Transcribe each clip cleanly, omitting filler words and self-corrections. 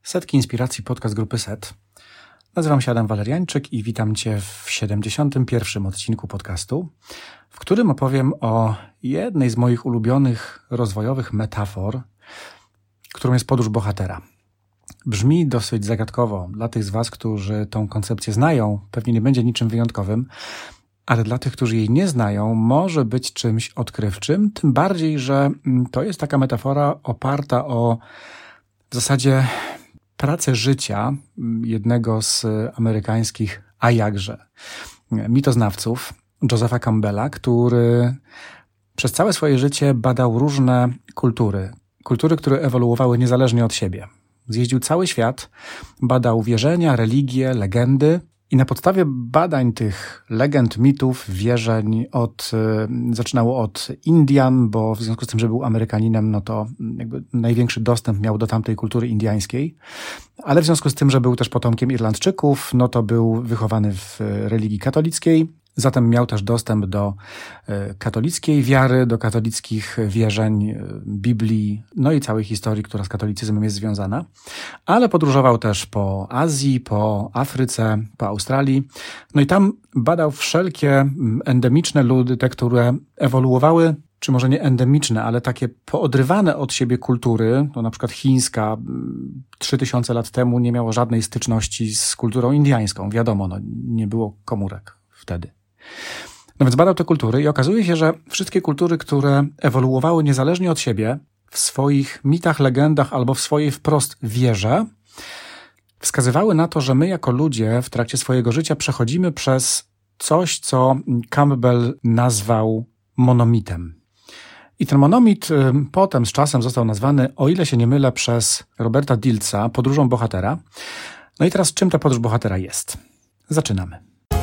Setki Inspiracji, podcast grupy SET. Nazywam się Adam Waleriańczyk i witam Cię w 71. odcinku podcastu, w którym opowiem o jednej z moich ulubionych rozwojowych metafor, którą jest podróż bohatera. Brzmi dosyć zagadkowo. Dla tych z Was, którzy tą koncepcję znają, pewnie nie będzie niczym wyjątkowym, ale dla tych, którzy jej nie znają, może być czymś odkrywczym, tym bardziej, że to jest taka metafora oparta o w zasadzie pracę życia jednego z amerykańskich, a jakże, mitoznawców, Josepha Campbella, który przez całe swoje życie badał różne kultury, które ewoluowały niezależnie od siebie. Zjeździł cały świat, badał wierzenia, religie, legendy i na podstawie badań tych legend, mitów, wierzeń zaczynało od Indian, bo w związku z tym, że był Amerykaninem, no to jakby największy dostęp miał do tamtej kultury indiańskiej, ale w związku z tym, że był też potomkiem Irlandczyków, no to był wychowany w religii katolickiej, zatem miał też dostęp do katolickiej wiary, do katolickich wierzeń, Biblii, no i całej historii, która z katolicyzmem jest związana. Ale podróżował też po Azji, po Afryce, po Australii. No i tam badał wszelkie endemiczne ludy, te, które ewoluowały, czy może nie endemiczne, ale takie poodrywane od siebie kultury, no na przykład chińska 3000 lat temu nie miała żadnej styczności z kulturą indiańską. Wiadomo, no nie było komórek wtedy. No więc badał te kultury i okazuje się, że wszystkie kultury, które ewoluowały niezależnie od siebie, w swoich mitach, legendach albo w swojej wprost wierze, wskazywały na to, że my jako ludzie w trakcie swojego życia przechodzimy przez coś, co Campbell nazwał monomitem. I ten monomit potem z czasem został nazwany, o ile się nie mylę, przez Roberta Diltsa podróżą bohatera. No i teraz czym ta podróż bohatera jest? Zaczynamy.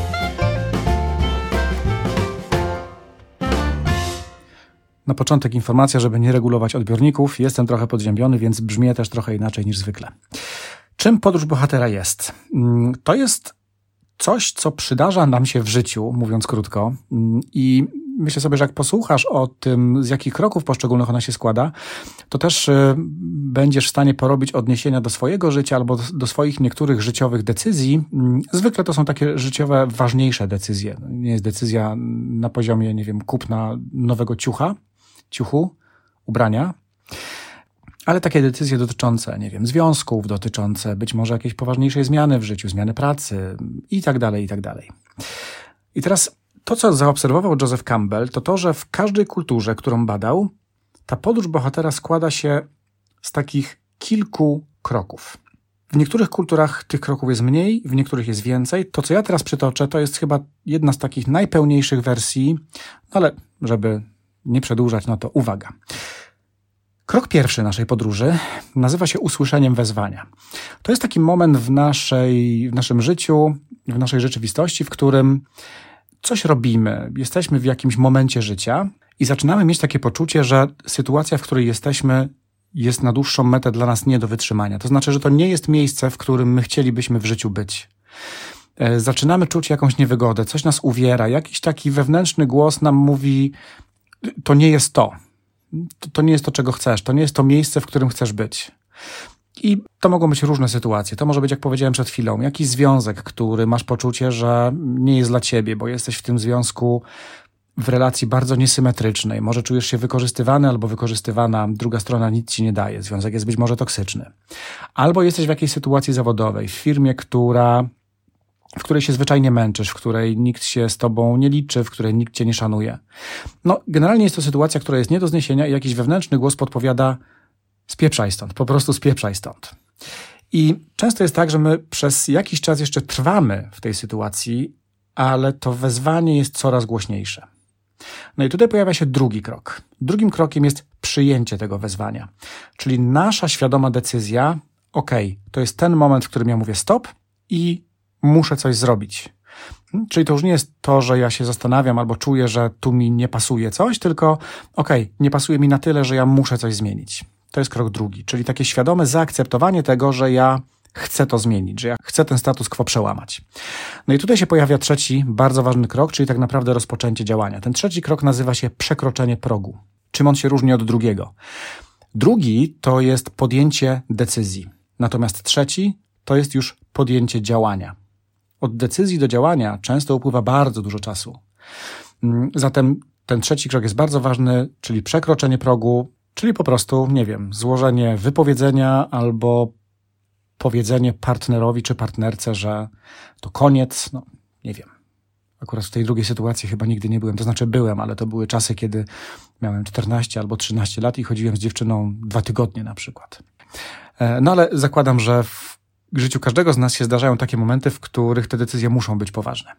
Na początek informacja, żeby nie regulować odbiorników. Jestem trochę podziębiony, więc brzmię też trochę inaczej niż zwykle. Czym podróż bohatera jest? To jest coś, co przydarza nam się w życiu, mówiąc krótko. I myślę sobie, że jak posłuchasz o tym, z jakich kroków poszczególnych ona się składa, to też będziesz w stanie porobić odniesienia do swojego życia albo do swoich niektórych życiowych decyzji. Zwykle to są takie życiowe, ważniejsze decyzje. Nie jest decyzja na poziomie, nie wiem, kupna nowego ciuchu, ubrania, ale takie decyzje dotyczące, nie wiem, związków, dotyczące być może jakiejś poważniejszej zmiany w życiu, zmiany pracy i tak dalej, i tak dalej. I teraz to, co zaobserwował Joseph Campbell, to to, że w każdej kulturze, którą badał, ta podróż bohatera składa się z takich kilku kroków. W niektórych kulturach tych kroków jest mniej, w niektórych jest więcej. To, co ja teraz przytoczę, to jest chyba jedna z takich najpełniejszych wersji, ale żeby nie przedłużać, no to uwaga. Krok pierwszy naszej podróży nazywa się usłyszeniem wezwania. To jest taki moment w naszym życiu, w naszej rzeczywistości, w którym coś robimy, jesteśmy w jakimś momencie życia i zaczynamy mieć takie poczucie, że sytuacja, w której jesteśmy, jest na dłuższą metę dla nas nie do wytrzymania. To znaczy, że to nie jest miejsce, w którym my chcielibyśmy w życiu być. Zaczynamy czuć jakąś niewygodę, coś nas uwiera, jakiś taki wewnętrzny głos nam mówi, to nie jest to. To nie jest to, czego chcesz. To nie jest to miejsce, w którym chcesz być. I to mogą być różne sytuacje. To może być, jak powiedziałem przed chwilą, jakiś związek, który masz poczucie, że nie jest dla ciebie, bo jesteś w tym związku w relacji bardzo niesymetrycznej. Może czujesz się wykorzystywany albo wykorzystywana, druga strona nic ci nie daje. Związek jest być może toksyczny. Albo jesteś w jakiejś sytuacji zawodowej, w firmie, w której się zwyczajnie męczysz, w której nikt się z tobą nie liczy, w której nikt cię nie szanuje. No, generalnie jest to sytuacja, która jest nie do zniesienia i jakiś wewnętrzny głos podpowiada spieprzaj stąd, po prostu spieprzaj stąd. I często jest tak, że my przez jakiś czas jeszcze trwamy w tej sytuacji, ale to wezwanie jest coraz głośniejsze. No i tutaj pojawia się drugi krok. Drugim krokiem jest przyjęcie tego wezwania, czyli nasza świadoma decyzja, to jest ten moment, w którym ja mówię stop i muszę coś zrobić. Czyli to już nie jest to, że ja się zastanawiam albo czuję, że tu mi nie pasuje coś, tylko nie pasuje mi na tyle, że ja muszę coś zmienić. To jest krok drugi, czyli takie świadome zaakceptowanie tego, że ja chcę to zmienić, że ja chcę ten status quo przełamać. No i tutaj się pojawia trzeci, bardzo ważny krok, czyli tak naprawdę rozpoczęcie działania. Ten trzeci krok nazywa się przekroczenie progu. Czym on się różni od drugiego? Drugi to jest podjęcie decyzji. Natomiast trzeci to jest już podjęcie działania. Od decyzji do działania często upływa bardzo dużo czasu. Zatem ten trzeci krok jest bardzo ważny, czyli przekroczenie progu, czyli po prostu, złożenie wypowiedzenia albo powiedzenie partnerowi czy partnerce, że to koniec, Akurat w tej drugiej sytuacji chyba nigdy nie byłem, to znaczy byłem, ale to były czasy, kiedy miałem 14 albo 13 lat i chodziłem z dziewczyną 2 tygodnie na przykład. Ale zakładam, że w życiu każdego z nas się zdarzają takie momenty, w których te decyzje muszą być poważne.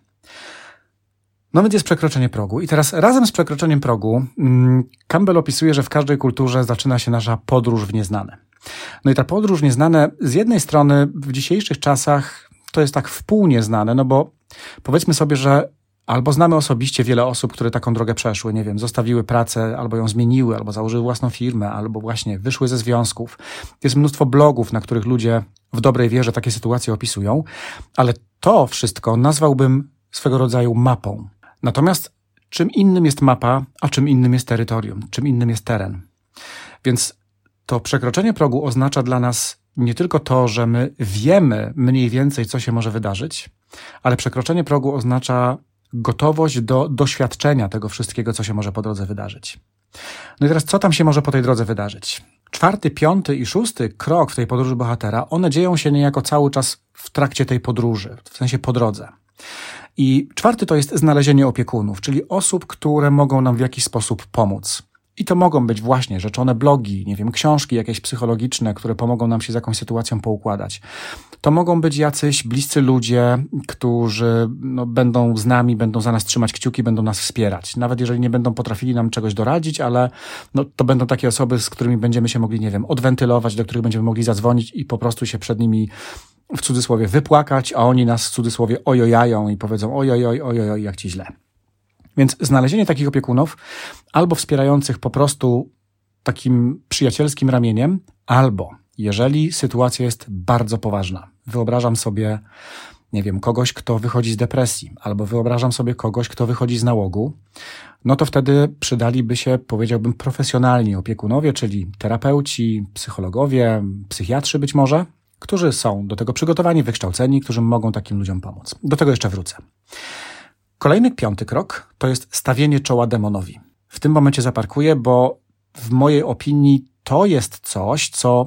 Więc jest przekroczenie progu. I teraz razem z przekroczeniem progu Campbell opisuje, że w każdej kulturze zaczyna się nasza podróż w nieznane. I ta podróż w nieznane z jednej strony w dzisiejszych czasach to jest tak wpół nieznane, bo powiedzmy sobie, że albo znamy osobiście wiele osób, które taką drogę przeszły, zostawiły pracę, albo ją zmieniły, albo założyły własną firmę, albo właśnie wyszły ze związków. Jest mnóstwo blogów, na których ludzie w dobrej wierze takie sytuacje opisują, ale to wszystko nazwałbym swego rodzaju mapą. Natomiast czym innym jest mapa, a czym innym jest terytorium, czym innym jest teren. Więc to przekroczenie progu oznacza dla nas nie tylko to, że my wiemy mniej więcej, co się może wydarzyć, ale przekroczenie progu oznacza gotowość do doświadczenia tego wszystkiego, co się może po drodze wydarzyć. I teraz co tam się może po tej drodze wydarzyć? 4., 5. i 6. krok w tej podróży bohatera, one dzieją się niejako cały czas w trakcie tej podróży, w sensie po drodze. I 4. to jest znalezienie opiekunów, czyli osób, które mogą nam w jakiś sposób pomóc. I to mogą być właśnie rzeczone blogi, książki jakieś psychologiczne, które pomogą nam się z jakąś sytuacją poukładać. To mogą być jacyś bliscy ludzie, którzy będą z nami, będą za nas trzymać kciuki, będą nas wspierać. Nawet jeżeli nie będą potrafili nam czegoś doradzić, ale to będą takie osoby, z którymi będziemy się mogli, odwentylować, do których będziemy mogli zadzwonić i po prostu się przed nimi w cudzysłowie wypłakać, a oni nas w cudzysłowie ojojają i powiedzą ojoj, jak ci źle. Więc znalezienie takich opiekunów albo wspierających po prostu takim przyjacielskim ramieniem, albo jeżeli sytuacja jest bardzo poważna. Wyobrażam sobie, kogoś, kto wychodzi z depresji, albo wyobrażam sobie kogoś, kto wychodzi z nałogu, to wtedy przydaliby się, powiedziałbym, profesjonalni opiekunowie, czyli terapeuci, psychologowie, psychiatrzy być może, którzy są do tego przygotowani, wykształceni, którzy mogą takim ludziom pomóc. Do tego jeszcze wrócę. Kolejny 5. krok to jest stawienie czoła demonowi. W tym momencie zaparkuję, bo w mojej opinii to jest coś, co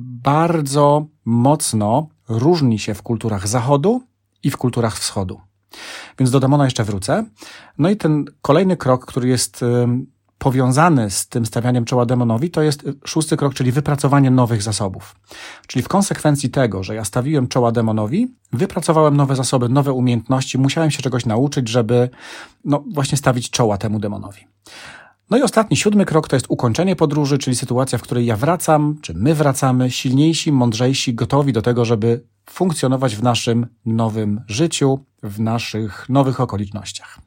bardzo mocno różni się w kulturach Zachodu i w kulturach Wschodu. Więc do demona jeszcze wrócę. I ten kolejny krok, który jest powiązany z tym stawianiem czoła demonowi, to jest 6. krok, czyli wypracowanie nowych zasobów. Czyli w konsekwencji tego, że ja stawiłem czoła demonowi, wypracowałem nowe zasoby, nowe umiejętności, musiałem się czegoś nauczyć, żeby właśnie stawić czoła temu demonowi. I ostatni 7. krok to jest ukończenie podróży, czyli sytuacja, w której ja wracam, czy my wracamy, silniejsi, mądrzejsi, gotowi do tego, żeby funkcjonować w naszym nowym życiu, w naszych nowych okolicznościach.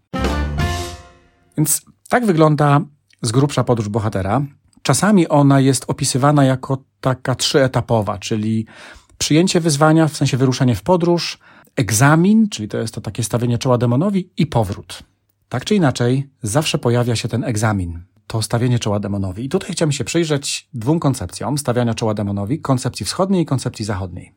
Więc tak wygląda z grubsza podróż bohatera. Czasami ona jest opisywana jako taka 3-etapowa, czyli przyjęcie wyzwania, w sensie wyruszenie w podróż, egzamin, czyli to jest to takie stawienie czoła demonowi i powrót. Tak czy inaczej, zawsze pojawia się ten egzamin, to stawienie czoła demonowi. I tutaj chciałem się przyjrzeć 2 koncepcjom stawiania czoła demonowi, koncepcji wschodniej i koncepcji zachodniej.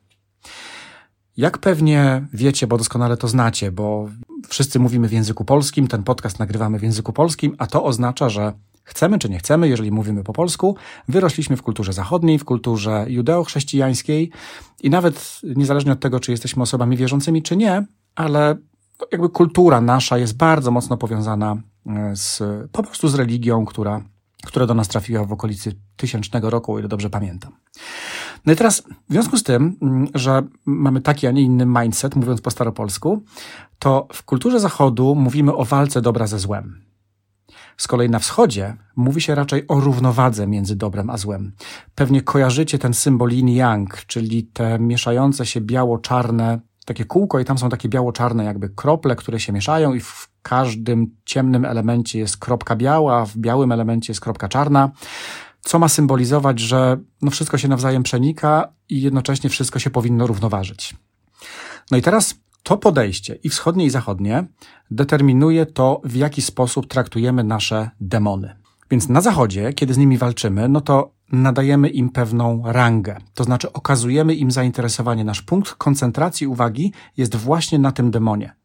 Jak pewnie wiecie, bo doskonale to znacie, bo wszyscy mówimy w języku polskim, ten podcast nagrywamy w języku polskim, a to oznacza, że chcemy czy nie chcemy, jeżeli mówimy po polsku, wyrośliśmy w kulturze zachodniej, w kulturze judeo-chrześcijańskiej i nawet niezależnie od tego, czy jesteśmy osobami wierzącymi, czy nie, ale jakby kultura nasza jest bardzo mocno powiązana po prostu z religią, która do nas trafiła w okolicy 1000 roku, o ile dobrze pamiętam. I teraz w związku z tym, że mamy taki, a nie inny mindset, mówiąc po staropolsku, to w kulturze Zachodu mówimy o walce dobra ze złem. Z kolei na wschodzie mówi się raczej o równowadze między dobrem a złem. Pewnie kojarzycie ten symbol yin-yang, czyli te mieszające się biało-czarne, takie kółko i tam są takie biało-czarne jakby krople, które się mieszają i w każdym ciemnym elemencie jest kropka biała, a w białym elemencie jest kropka czarna, co ma symbolizować, że wszystko się nawzajem przenika i jednocześnie wszystko się powinno równoważyć. I teraz to podejście i wschodnie i zachodnie determinuje to, w jaki sposób traktujemy nasze demony. Więc na zachodzie, kiedy z nimi walczymy, to nadajemy im pewną rangę. To znaczy okazujemy im zainteresowanie. Nasz punkt koncentracji uwagi jest właśnie na tym demonie.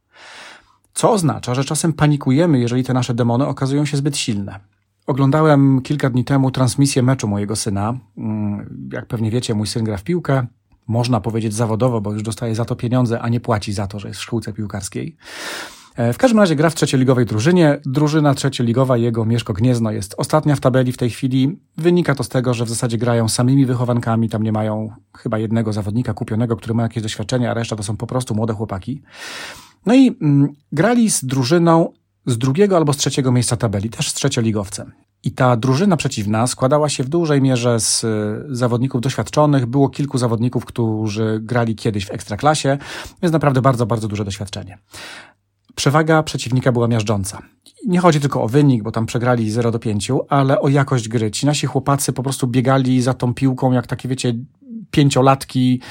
Co oznacza, że czasem panikujemy, jeżeli te nasze demony okazują się zbyt silne. Oglądałem kilka dni temu transmisję meczu mojego syna. Jak pewnie wiecie, mój syn gra w piłkę. Można powiedzieć zawodowo, bo już dostaje za to pieniądze, a nie płaci za to, że jest w szkółce piłkarskiej. W każdym razie gra w trzecioligowej drużynie. Drużyna trzecioligowa, jego Mieszko Gniezno, jest ostatnia w tabeli w tej chwili. Wynika to z tego, że w zasadzie grają samymi wychowankami. Tam nie mają chyba jednego zawodnika kupionego, który ma jakieś doświadczenie, a reszta to są po prostu młode chłopaki. No i grali z drużyną z drugiego albo z trzeciego miejsca tabeli, też z trzecioligowcem. I ta drużyna przeciwna składała się w dużej mierze z zawodników doświadczonych. Było kilku zawodników, którzy grali kiedyś w Ekstraklasie, więc naprawdę bardzo, bardzo duże doświadczenie. Przewaga przeciwnika była miażdżąca. Nie chodzi tylko o wynik, bo tam przegrali 0-5, ale o jakość gry. Ci nasi chłopacy po prostu biegali za tą piłką, jak takie, wiecie, pięciolatki,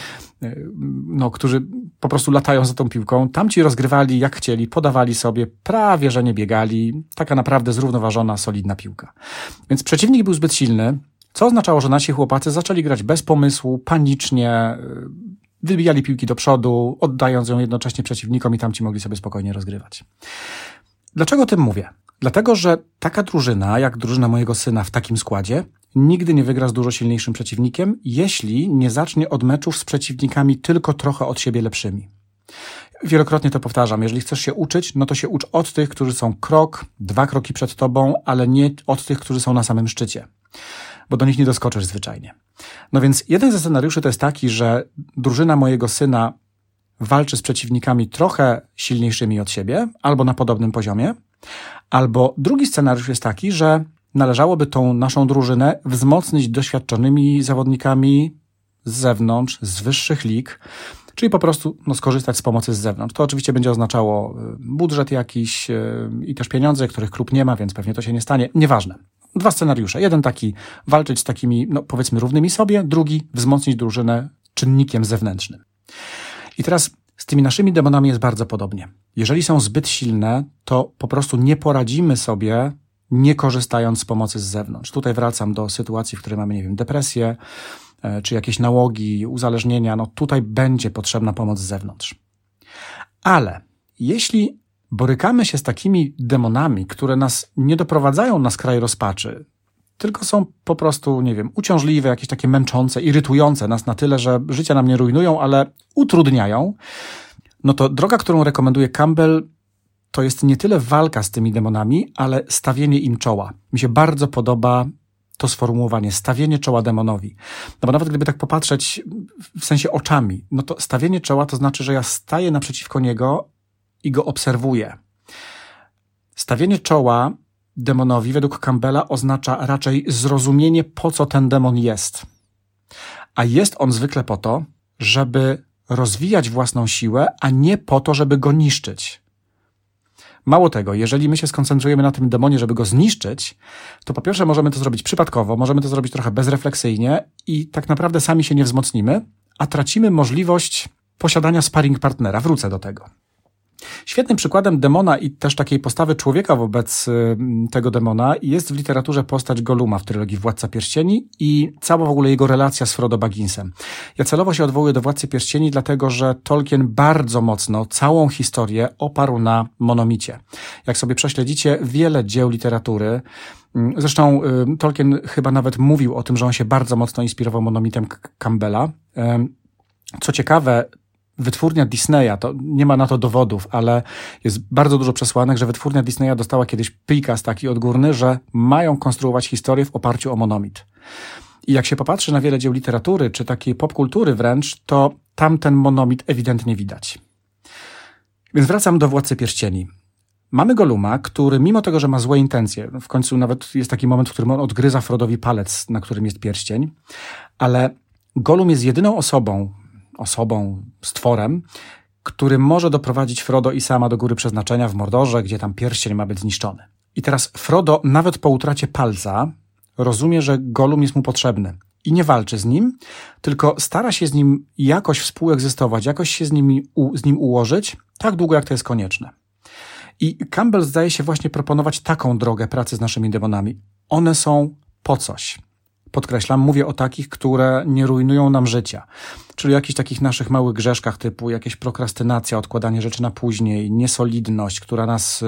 którzy po prostu latają za tą piłką. Tamci rozgrywali jak chcieli, podawali sobie, prawie że nie biegali. Taka naprawdę zrównoważona, solidna piłka. Więc przeciwnik był zbyt silny, co oznaczało, że nasi chłopacy zaczęli grać bez pomysłu, panicznie, wybijali piłki do przodu, oddając ją jednocześnie przeciwnikom i tamci mogli sobie spokojnie rozgrywać. Dlaczego o tym mówię? Dlatego, że taka drużyna, jak drużyna mojego syna w takim składzie, nigdy nie wygra z dużo silniejszym przeciwnikiem, jeśli nie zacznie od meczów z przeciwnikami tylko trochę od siebie lepszymi. Wielokrotnie to powtarzam, jeżeli chcesz się uczyć, no to się ucz od tych, którzy są krok, 2 kroki przed tobą, ale nie od tych, którzy są na samym szczycie, bo do nich nie doskoczysz zwyczajnie. No więc jeden ze scenariuszy to jest taki, że drużyna mojego syna walczy z przeciwnikami trochę silniejszymi od siebie, albo na podobnym poziomie, albo drugi scenariusz jest taki, że należałoby tą naszą drużynę wzmocnić doświadczonymi zawodnikami z zewnątrz, z wyższych lig, czyli po prostu skorzystać z pomocy z zewnątrz. To oczywiście będzie oznaczało budżet jakiś i też pieniądze, których klub nie ma, więc pewnie to się nie stanie. Nieważne. 2 scenariusze. Jeden taki, walczyć z takimi, powiedzmy, równymi sobie. Drugi, wzmocnić drużynę czynnikiem zewnętrznym. I teraz z tymi naszymi demonami jest bardzo podobnie. Jeżeli są zbyt silne, to po prostu nie poradzimy sobie, nie korzystając z pomocy z zewnątrz. Tutaj wracam do sytuacji, w której mamy, depresję, czy jakieś nałogi, uzależnienia. Tutaj będzie potrzebna pomoc z zewnątrz. Ale jeśli borykamy się z takimi demonami, które nas nie doprowadzają na skraj rozpaczy, tylko są po prostu, uciążliwe, jakieś takie męczące, irytujące nas na tyle, że życia nam nie rujnują, ale utrudniają, no to droga, którą rekomenduje Campbell, to jest nie tyle walka z tymi demonami, ale stawienie im czoła. Mi się bardzo podoba to sformułowanie, stawienie czoła demonowi. No bo nawet gdyby tak popatrzeć w sensie oczami, no to stawienie czoła to znaczy, że ja staję naprzeciwko niego i go obserwuję. Stawienie czoła demonowi według Campbella oznacza raczej zrozumienie, po co ten demon jest. A jest on zwykle po to, żeby rozwijać własną siłę, a nie po to, żeby go niszczyć. Mało tego, jeżeli my się skoncentrujemy na tym demonie, żeby go zniszczyć, to po pierwsze możemy to zrobić przypadkowo, możemy to zrobić trochę bezrefleksyjnie i tak naprawdę sami się nie wzmocnimy, a tracimy możliwość posiadania sparring partnera. Wrócę do tego. Świetnym przykładem demona i też takiej postawy człowieka wobec tego demona jest w literaturze postać Golluma w trylogii Władca Pierścieni i cała w ogóle jego relacja z Frodo Bagginsem. Ja celowo się odwołuję do Władcy Pierścieni, dlatego że Tolkien bardzo mocno całą historię oparł na monomicie. Jak sobie prześledzicie, wiele dzieł literatury, zresztą Tolkien chyba nawet mówił o tym, że on się bardzo mocno inspirował monomitem Campbella. Co ciekawe, wytwórnia Disneya, to nie ma na to dowodów, ale jest bardzo dużo przesłanek, że wytwórnia Disneya dostała kiedyś prikaz taki odgórny, że mają konstruować historię w oparciu o monomit. I jak się popatrzy na wiele dzieł literatury, czy takiej popkultury wręcz, to tam ten monomit ewidentnie widać. Więc wracam do Władcy Pierścieni. Mamy Golluma, który mimo tego, że ma złe intencje, w końcu nawet jest taki moment, w którym on odgryza Frodowi palec, na którym jest pierścień, ale Gollum jest jedyną osobą, stworem, który może doprowadzić Frodo i Sama do Góry Przeznaczenia w Mordorze, gdzie tam pierścień ma być zniszczony. I teraz Frodo nawet po utracie palca rozumie, że Gollum jest mu potrzebny i nie walczy z nim, tylko stara się z nim jakoś współegzystować, jakoś się z nim ułożyć, tak długo jak to jest konieczne. I Campbell zdaje się właśnie proponować taką drogę pracy z naszymi demonami. One są po coś. Podkreślam, mówię o takich, które nie rujnują nam życia. Czyli o jakichś takich naszych małych grzeszkach typu jakieś prokrastynacja, odkładanie rzeczy na później, niesolidność, która nas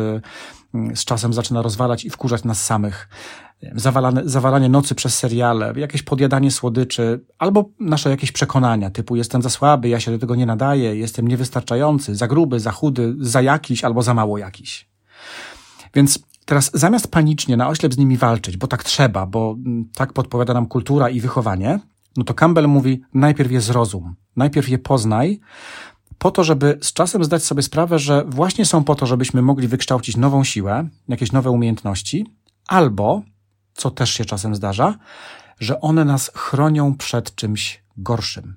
z czasem zaczyna rozwalać i wkurzać nas samych. Zawalanie nocy przez seriale, jakieś podjadanie słodyczy, albo nasze jakieś przekonania typu jestem za słaby, ja się do tego nie nadaję, jestem niewystarczający, za gruby, za chudy, za jakiś albo za mało jakiś. Więc teraz zamiast panicznie na oślep z nimi walczyć, bo tak trzeba, bo tak podpowiada nam kultura i wychowanie, no to Campbell mówi, najpierw je zrozum, najpierw je poznaj, po to, żeby z czasem zdać sobie sprawę, że właśnie są po to, żebyśmy mogli wykształcić nową siłę, jakieś nowe umiejętności, albo, co też się czasem zdarza, że one nas chronią przed czymś gorszym.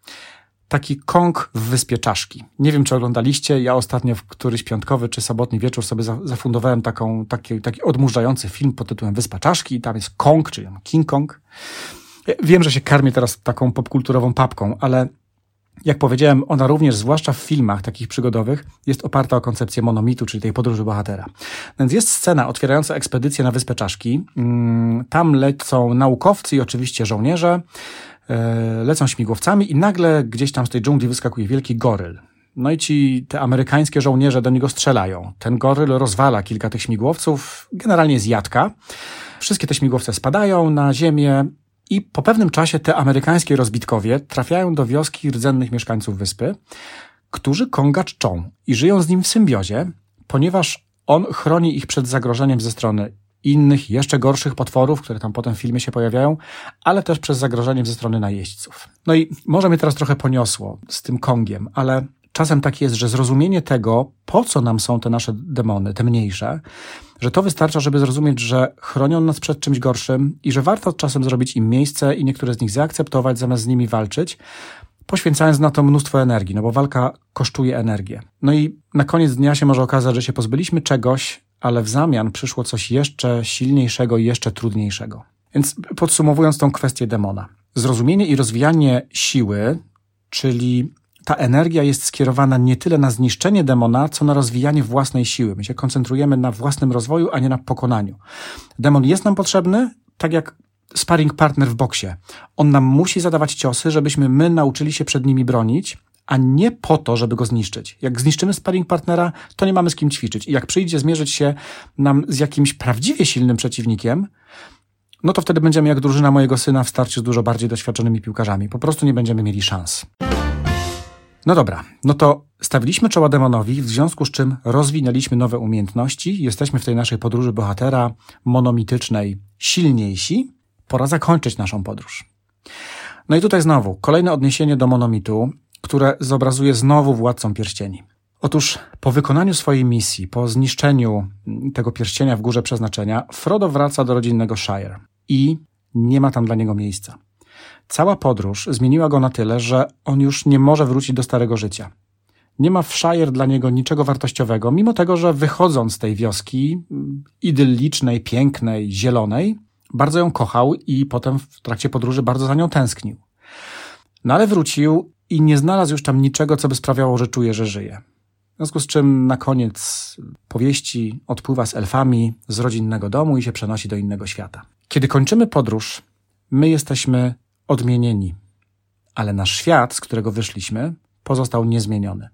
Taki Kong w Wyspie Czaszki. Nie wiem, czy oglądaliście, ja ostatnio w któryś piątkowy czy sobotni wieczór sobie zafundowałem taki odmurzający film pod tytułem Wyspa Czaszki i tam jest Kong, czyli King Kong. Wiem, że się karmię teraz taką popkulturową papką, ale jak powiedziałem, ona również, zwłaszcza w filmach takich przygodowych, jest oparta o koncepcję monomitu, czyli tej podróży bohatera. Więc jest scena otwierająca ekspedycję na Wyspę Czaszki. Tam lecą naukowcy i oczywiście żołnierze, lecą śmigłowcami i nagle gdzieś tam z tej dżungli wyskakuje wielki goryl. No i te amerykańskie żołnierze do niego strzelają. Ten goryl rozwala kilka tych śmigłowców, generalnie jest jadka. Wszystkie te śmigłowce spadają na ziemię i po pewnym czasie te amerykańskie rozbitkowie trafiają do wioski rdzennych mieszkańców wyspy, którzy Konga czczą i żyją z nim w symbiozie, ponieważ on chroni ich przed zagrożeniem ze strony innych, jeszcze gorszych potworów, które tam potem w filmie się pojawiają, ale też przez zagrożeniem ze strony najeźdźców. No i może mnie teraz trochę poniosło z tym Kongiem, ale czasem tak jest, że zrozumienie tego, po co nam są te nasze demony, te mniejsze, że to wystarcza, żeby zrozumieć, że chronią nas przed czymś gorszym i że warto czasem zrobić im miejsce i niektóre z nich zaakceptować, zamiast z nimi walczyć, poświęcając na to mnóstwo energii, no bo walka kosztuje energię. No i na koniec dnia się może okazać, że się pozbyliśmy czegoś, ale w zamian przyszło coś jeszcze silniejszego i jeszcze trudniejszego. Więc podsumowując tą kwestię demona. Zrozumienie i rozwijanie siły, czyli ta energia jest skierowana nie tyle na zniszczenie demona, co na rozwijanie własnej siły. My się koncentrujemy na własnym rozwoju, a nie na pokonaniu. Demon jest nam potrzebny, tak jak sparring partner w boksie. On nam musi zadawać ciosy, żebyśmy my nauczyli się przed nimi bronić, a nie po to, żeby go zniszczyć. Jak zniszczymy sparring partnera, to nie mamy z kim ćwiczyć. I jak przyjdzie zmierzyć się nam z jakimś prawdziwie silnym przeciwnikiem, no to wtedy będziemy jak drużyna mojego syna w starciu z dużo bardziej doświadczonymi piłkarzami. Po prostu nie będziemy mieli szans. No dobra, no to stawiliśmy czoła demonowi, w związku z czym rozwinęliśmy nowe umiejętności. Jesteśmy w tej naszej podróży bohatera monomitycznej silniejsi. Pora zakończyć naszą podróż. No i tutaj znowu kolejne odniesienie do monomitu, które zobrazuje znowu Władcą Pierścieni. Otóż po wykonaniu swojej misji, po zniszczeniu tego pierścienia w Górze Przeznaczenia, Frodo wraca do rodzinnego Shire i nie ma tam dla niego miejsca. Cała podróż zmieniła go na tyle, że on już nie może wrócić do starego życia. Nie ma w Shire dla niego niczego wartościowego, mimo tego, że wychodząc z tej wioski idyllicznej, pięknej, zielonej, bardzo ją kochał i potem w trakcie podróży bardzo za nią tęsknił. No ale wrócił i nie znalazł już tam niczego, co by sprawiało, że czuje, że żyje. W związku z czym na koniec powieści odpływa z elfami z rodzinnego domu i się przenosi do innego świata. Kiedy kończymy podróż, my jesteśmy odmienieni, ale nasz świat, z którego wyszliśmy, pozostał niezmieniony.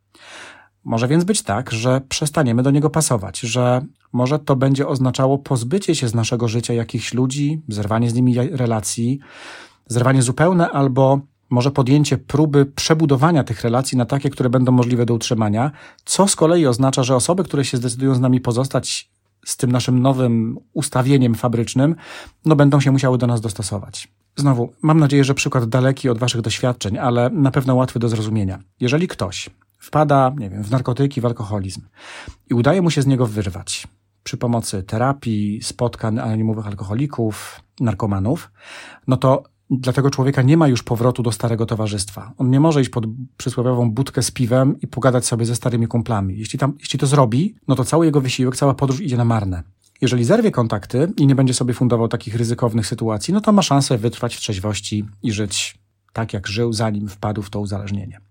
Może więc być tak, że przestaniemy do niego pasować, że może to będzie oznaczało pozbycie się z naszego życia jakichś ludzi, zerwanie z nimi relacji, zerwanie zupełne albo może podjęcie próby przebudowania tych relacji na takie, które będą możliwe do utrzymania, co z kolei oznacza, że osoby, które się zdecydują z nami pozostać z tym naszym nowym ustawieniem fabrycznym, no będą się musiały do nas dostosować. Znowu, mam nadzieję, że przykład daleki od waszych doświadczeń, ale na pewno łatwy do zrozumienia. Jeżeli ktoś wpada, nie wiem, w narkotyki, w alkoholizm i udaje mu się z niego wyrwać przy pomocy terapii, spotkań anonimowych alkoholików, narkomanów, no to dla tego człowieka nie ma już powrotu do starego towarzystwa. On nie może iść pod przysłowiową budkę z piwem i pogadać sobie ze starymi kumplami. Jeśli to zrobi, no to cały jego wysiłek, cała podróż idzie na marne. Jeżeli zerwie kontakty i nie będzie sobie fundował takich ryzykownych sytuacji, no to ma szansę wytrwać w trzeźwości i żyć tak, jak żył, zanim wpadł w to uzależnienie.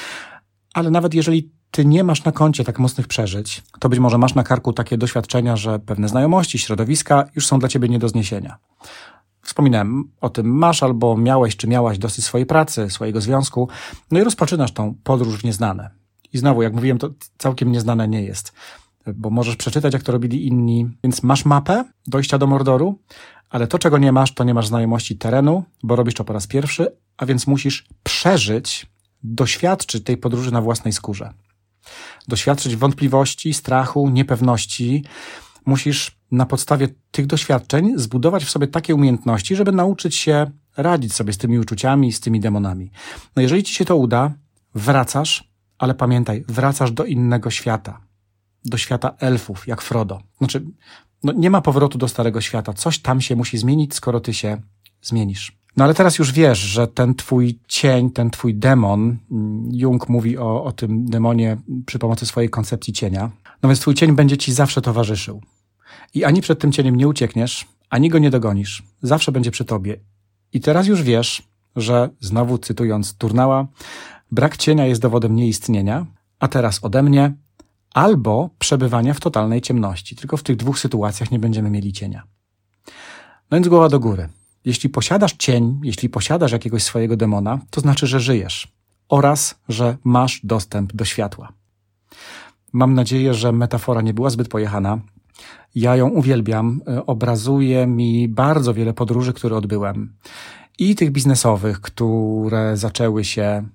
Ale nawet jeżeli ty nie masz na koncie tak mocnych przeżyć, to być może masz na karku takie doświadczenia, że pewne znajomości, środowiska już są dla ciebie nie do zniesienia. Wspominałem o tym, masz albo miałeś czy miałaś dosyć swojej pracy, swojego związku, no i rozpoczynasz tą podróż w nieznane. I znowu, jak mówiłem, to całkiem nieznane nie jest, bo możesz przeczytać, jak to robili inni, więc masz mapę dojścia do Mordoru, ale to, czego nie masz, to nie masz znajomości terenu, bo robisz to po raz pierwszy, a więc musisz przeżyć, doświadczyć tej podróży na własnej skórze. Doświadczyć wątpliwości, strachu, niepewności. Musisz na podstawie tych doświadczeń zbudować w sobie takie umiejętności, żeby nauczyć się radzić sobie z tymi uczuciami, z tymi demonami. No jeżeli ci się to uda, wracasz, ale pamiętaj, wracasz do innego świata. Do świata elfów, jak Frodo. Znaczy, nie ma powrotu do starego świata. Coś tam się musi zmienić, skoro ty się zmienisz. No ale teraz już wiesz, że ten twój cień, ten twój demon, Jung mówi o tym demonie przy pomocy swojej koncepcji cienia, no więc twój cień będzie ci zawsze towarzyszył. I ani przed tym cieniem nie uciekniesz, ani go nie dogonisz. Zawsze będzie przy tobie. I teraz już wiesz, że, znowu cytując Turnała, brak cienia jest dowodem nieistnienia, a teraz ode mnie, albo przebywania w totalnej ciemności. Tylko w tych dwóch sytuacjach nie będziemy mieli cienia. No więc głowa do góry. Jeśli posiadasz cień, jeśli posiadasz jakiegoś swojego demona, to znaczy, że żyjesz oraz, że masz dostęp do światła. Mam nadzieję, że metafora nie była zbyt pojechana. Ja ją uwielbiam. Obrazuje mi bardzo wiele podróży, które odbyłem. I tych biznesowych, które zaczęły się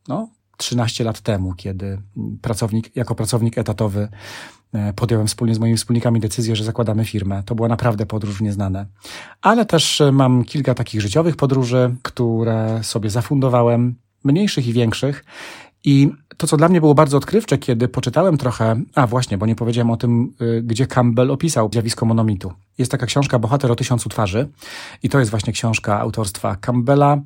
13 lat temu, kiedy jako pracownik etatowy podjąłem wspólnie z moimi wspólnikami decyzję, że zakładamy firmę. To była naprawdę podróż w nieznane. Ale też mam kilka takich życiowych podróży, które sobie zafundowałem, mniejszych i większych. I to, co dla mnie było bardzo odkrywcze, kiedy poczytałem trochę, właśnie, bo nie powiedziałem o tym, gdzie Campbell opisał zjawisko monomitu. Jest taka książka Bohater o 1000 twarzy i to jest właśnie książka autorstwa Campbella.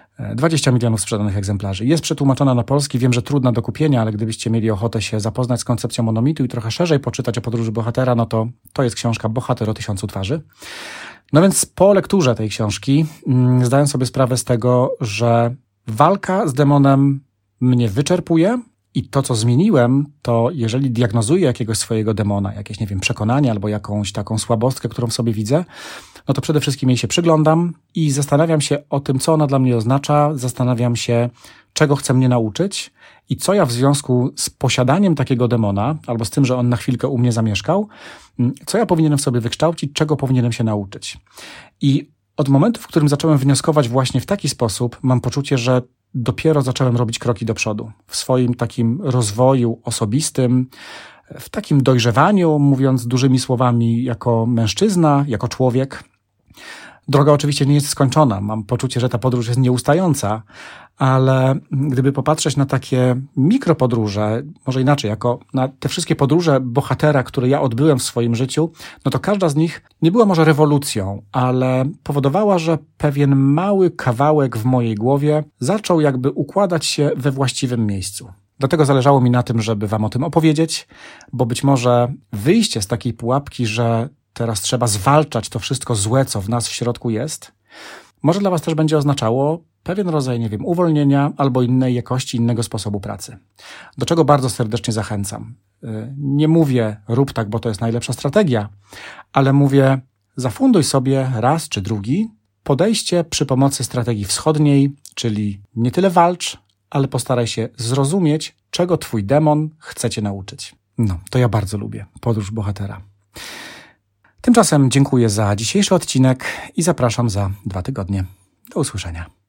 20 milionów sprzedanych egzemplarzy. Jest przetłumaczona na polski, wiem, że trudna do kupienia, ale gdybyście mieli ochotę się zapoznać z koncepcją monomitu i trochę szerzej poczytać o podróży bohatera, no to jest książka Bohater o 1000 twarzy. No więc po lekturze tej książki zdałem sobie sprawę z tego, że walka z demonem mnie wyczerpuje i to, co zmieniłem, to jeżeli diagnozuję jakiegoś swojego demona, jakieś, przekonanie albo jakąś taką słabostkę, którą w sobie widzę, no to przede wszystkim jej się przyglądam i zastanawiam się o tym, co ona dla mnie oznacza, zastanawiam się, czego chce mnie nauczyć i co ja w związku z posiadaniem takiego demona, albo z tym, że on na chwilkę u mnie zamieszkał, co ja powinienem w sobie wykształcić, czego powinienem się nauczyć. I od momentu, w którym zacząłem wnioskować właśnie w taki sposób, mam poczucie, że dopiero zacząłem robić kroki do przodu w swoim takim rozwoju osobistym, w takim dojrzewaniu, mówiąc dużymi słowami, jako mężczyzna, jako człowiek. Droga oczywiście nie jest skończona. Mam poczucie, że ta podróż jest nieustająca, ale gdyby popatrzeć na takie mikropodróże, może inaczej, jako na te wszystkie podróże bohatera, które ja odbyłem w swoim życiu, no to każda z nich nie była może rewolucją, ale powodowała, że pewien mały kawałek w mojej głowie zaczął jakby układać się we właściwym miejscu. Dlatego zależało mi na tym, żeby wam o tym opowiedzieć, bo być może wyjście z takiej pułapki, że teraz trzeba zwalczać to wszystko złe, co w nas w środku jest, może dla was też będzie oznaczało pewien rodzaj, uwolnienia albo innej jakości, innego sposobu pracy. Do czego bardzo serdecznie zachęcam. Nie mówię rób tak, bo to jest najlepsza strategia, ale mówię zafunduj sobie raz czy drugi podejście przy pomocy strategii wschodniej, czyli nie tyle walcz, ale postaraj się zrozumieć, czego twój demon chce cię nauczyć. No, to ja bardzo lubię podróż bohatera. Tymczasem dziękuję za dzisiejszy odcinek i zapraszam za 2 tygodnie. Do usłyszenia.